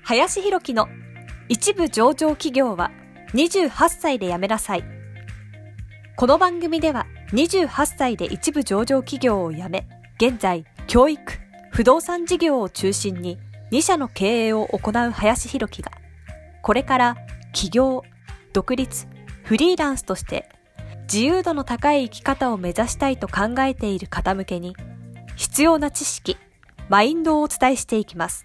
林弘樹の一部上場企業は28歳で辞めなさい。この番組では28歳で一部上場企業を辞め、現在教育、不動産事業を中心に2社の経営を行う林弘樹が、これから起業、独立、フリーランスとして自由度の高い生き方を目指したいと考えている方向けに、必要な知識、マインドをお伝えしていきます。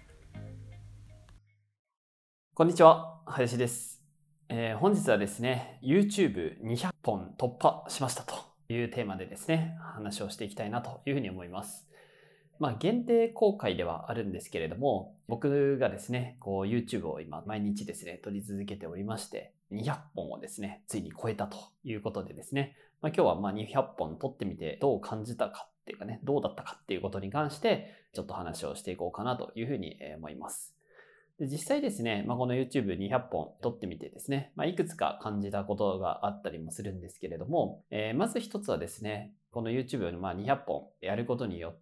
こんにちは、林です。本日はですね、YouTube200 本突破しましたというテーマでですね、話をしていきたいなというふうに思います。限定公開ではあるんですけれども、僕がですね、YouTube を今毎日ですね、撮り続けておりまして、200本をですね、ついに超えたということでですね、今日は200本撮ってみてどう感じたかっていうかね、どうだったかっていうことに関して、ちょっと話をしていこうかなというふうに思います。で、実際ですね、この YouTube200 本撮ってみてですね、いくつか感じたことがあったりもするんですけれども、まず一つはですね、この YouTube の200本やることによって、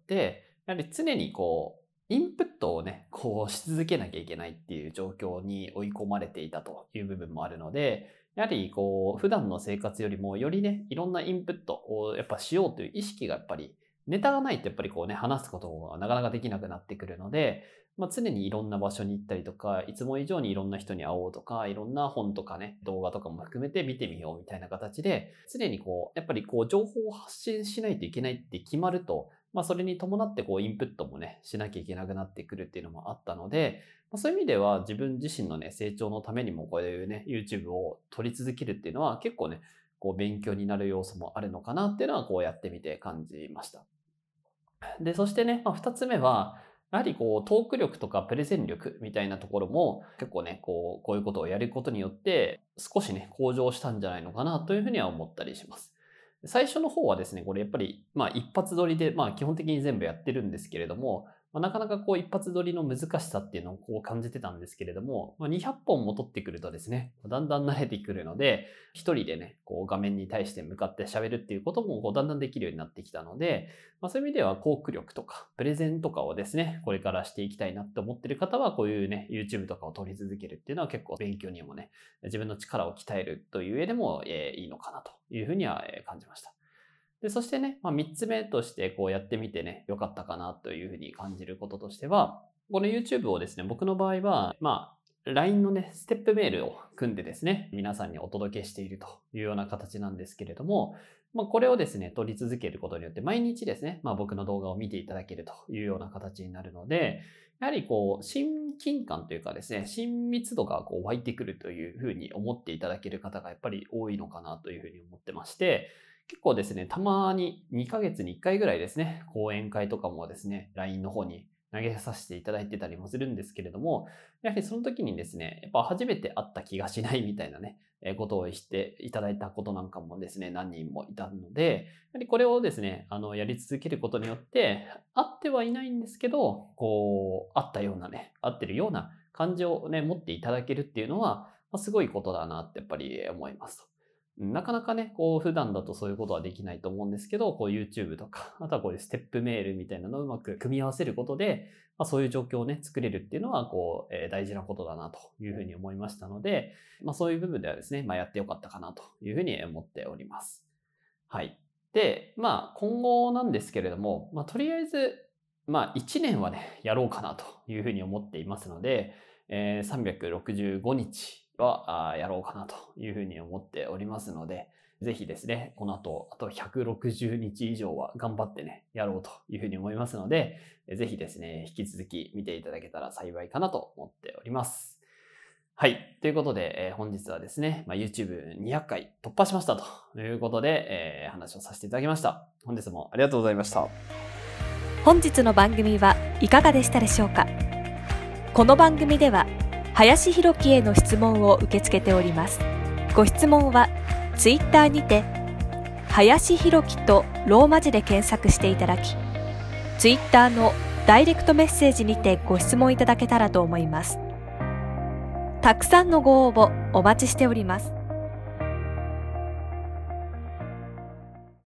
やはり常にインプットをね、し続けなきゃいけないっていう状況に追い込まれていたという部分もあるので、やはり普段の生活よりもよりね、いろんなインプットをやっぱしようという意識がやっぱり、ネタがないとやっぱり話すことがなかなかできなくなってくるので、常にいろんな場所に行ったりとか、いつも以上にいろんな人に会おうとか、いろんな本とかね、動画とかも含めて見てみようみたいな形で、常にやっぱり情報を発信しないといけないって決まると、それに伴ってインプットもね、しなきゃいけなくなってくるっていうのもあったので、そういう意味では自分自身のね、成長のためにもこういうね、YouTube を撮り続けるっていうのは結構ね、勉強になる要素もあるのかなっていうのはやってみて感じました。で、そしてね、二つ目は、やはりトーク力とかプレゼン力みたいなところも結構ね、こういうことをやることによって少しね、向上したんじゃないのかなというふうには思ったりします。最初の方はですね、これやっぱり、一発撮りで、基本的に全部やってるんですけれども、なかなか一発撮りの難しさっていうのを感じてたんですけれども、200本も撮ってくるとですね、だんだん慣れてくるので、一人でね、画面に対して向かって喋るっていうこともだんだんできるようになってきたので、そういう意味ではトーク力とか、プレゼンとかをですね、これからしていきたいなって思ってる方は、こういうね、YouTube とかを撮り続けるっていうのは結構勉強にもね、自分の力を鍛えるという上でもいいのかなというふうには感じました。で、そしてね、3つ目としてやってみてね、良かったかなというふうに感じることとしては、この YouTube をですね、僕の場合は、LINE のね、ステップメールを組んでですね、皆さんにお届けしているというような形なんですけれども、これをですね、撮り続けることによって毎日ですね、僕の動画を見ていただけるというような形になるので、やはり親近感というかですね、親密度が湧いてくるというふうに思っていただける方がやっぱり多いのかなというふうに思ってまして、結構ですね、たまに2ヶ月に1回ぐらいですね、講演会とかもですね、LINE の方に投げさせていただいてたりもするんですけれども、やはりその時にですね、やっぱ初めて会った気がしないみたいなね、ことをしていただいたことなんかもですね、何人もいたので、やはりこれをですね、やり続けることによって、会ってはいないんですけど、会ったようなね、会ってるような感じをね、持っていただけるっていうのは、すごいことだなってやっぱり思います。なかなかね、普段だとそういうことはできないと思うんですけど、YouTube とか、あとはこういうステップメールみたいなのをうまく組み合わせることで、そういう状況をね、作れるっていうのは、大事なことだなというふうに思いましたので、そういう部分ではですね、やってよかったかなというふうに思っております。はい。で、今後なんですけれども、とりあえず、1年はね、やろうかなというふうに思っていますので、365日、やろうかなというふうに思っておりますので、ぜひですね、この後、あと160日以上は頑張ってね、やろうというふうに思いますので、ぜひですね、引き続き見ていただけたら幸いかなと思っております。はい。ということで、本日はですね、YouTube200 回突破しましたということで、話をさせていただきました。本日もありがとうございました。 本日の番組はいかがでしたでしょうか。この番組では林弘樹への質問を受け付けております。ご質問はツイッターにて林弘樹とローマ字で検索していただき、ツイッターのダイレクトメッセージにてご質問いただけたらと思います。たくさんのご応募お待ちしております。